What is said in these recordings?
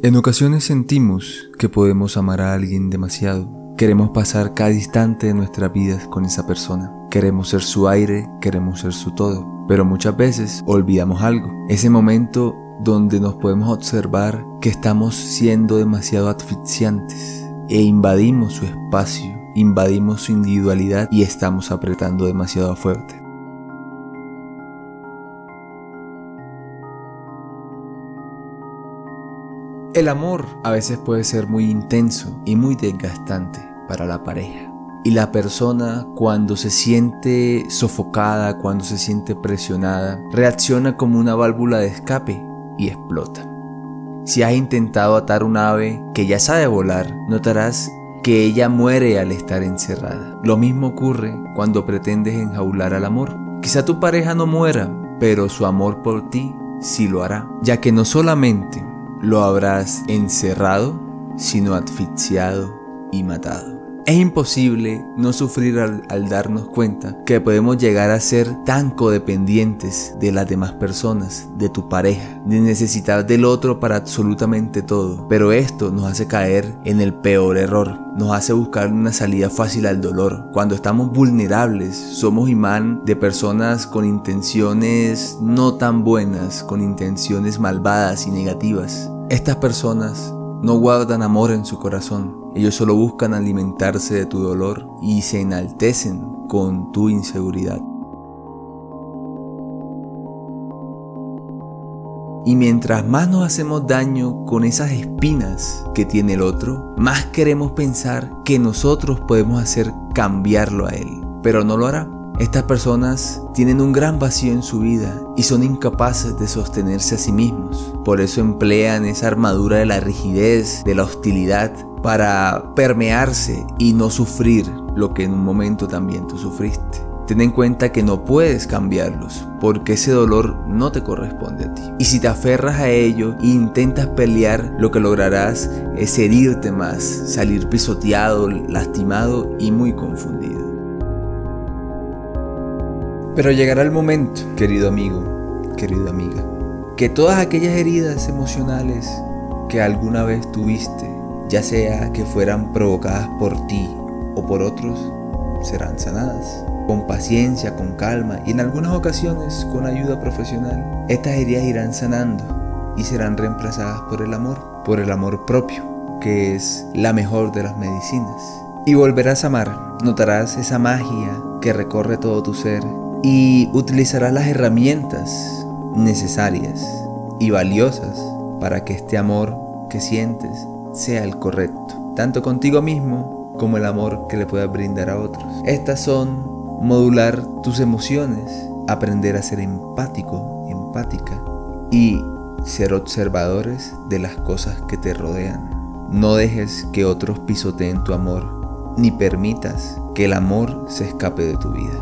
En ocasiones sentimos que podemos amar a alguien demasiado. Queremos pasar cada instante de nuestras vidas con esa persona. Queremos ser su aire, queremos ser su todo. Pero muchas veces olvidamos algo. Ese momento donde nos podemos observar que estamos siendo demasiado asfixiantes e invadimos su espacio, invadimos su individualidad y estamos apretando demasiado fuerte. El amor a veces puede ser muy intenso y muy desgastante para la pareja. Y la persona, cuando se siente sofocada, cuando se siente presionada, reacciona como una válvula de escape y explota. Si has intentado atar un ave que ya sabe volar, notarás que ella muere al estar encerrada. Lo mismo ocurre cuando pretendes enjaular al amor. Quizá tu pareja no muera, pero su amor por ti sí lo hará, ya que no solamente lo habrás encerrado, sino asfixiado y matado. Es imposible no sufrir al darnos cuenta que podemos llegar a ser tan codependientes de las demás personas, de tu pareja, de necesitar del otro para absolutamente todo. Pero esto nos hace caer en el peor error, nos hace buscar una salida fácil al dolor. Cuando estamos vulnerables, somos imán de personas con intenciones no tan buenas, con intenciones malvadas y negativas. Estas personas no guardan amor en su corazón. Ellos solo buscan alimentarse de tu dolor y se enaltecen con tu inseguridad. Y mientras más nos hacemos daño con esas espinas que tiene el otro, más queremos pensar que nosotros podemos hacer cambiarlo a él. Pero no lo hará. Estas personas tienen un gran vacío en su vida y son incapaces de sostenerse a sí mismos. Por eso emplean esa armadura de la rigidez, de la hostilidad, para permearse y no sufrir lo que en un momento también tú sufriste. Ten en cuenta que no puedes cambiarlos, porque ese dolor no te corresponde a ti. Y si te aferras a ello e intentas pelear, lo que lograrás es herirte más, salir pisoteado, lastimado y muy confundido. Pero llegará el momento, querido amigo, querida amiga, que todas aquellas heridas emocionales que alguna vez tuviste, ya sea que fueran provocadas por ti o por otros, serán sanadas. Con paciencia, con calma y en algunas ocasiones con ayuda profesional. Estas heridas irán sanando y serán reemplazadas por el amor propio, que es la mejor de las medicinas. Y volverás a amar, notarás esa magia que recorre todo tu ser y utilizarás las herramientas necesarias y valiosas para que este amor que sientes sea el correcto, tanto contigo mismo como el amor que le puedas brindar a otros. Estas son modular tus emociones, aprender a ser empático, empática y ser observadores de las cosas que te rodean. No dejes que otros pisoteen tu amor, ni permitas que el amor se escape de tu vida.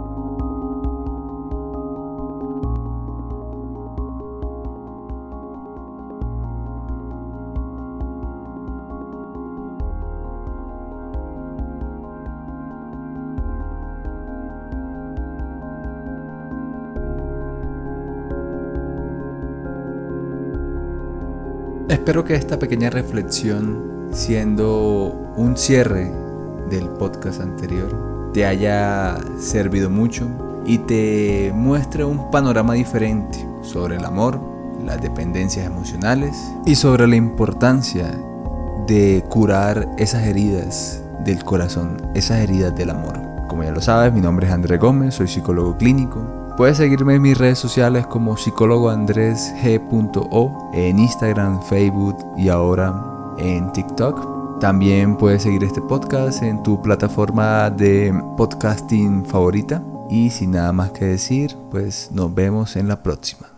Espero que esta pequeña reflexión, siendo un cierre del podcast anterior, te haya servido mucho y te muestre un panorama diferente sobre el amor, las dependencias emocionales y sobre la importancia de curar esas heridas del corazón, esas heridas del amor. Como ya lo sabes, mi nombre es Andrés Gómez, soy psicólogo clínico. Puedes seguirme en mis redes sociales como psicólogoandresg.o en Instagram, Facebook y ahora en TikTok. También puedes seguir este podcast en tu plataforma de podcasting favorita. Y sin nada más que decir, pues nos vemos en la próxima.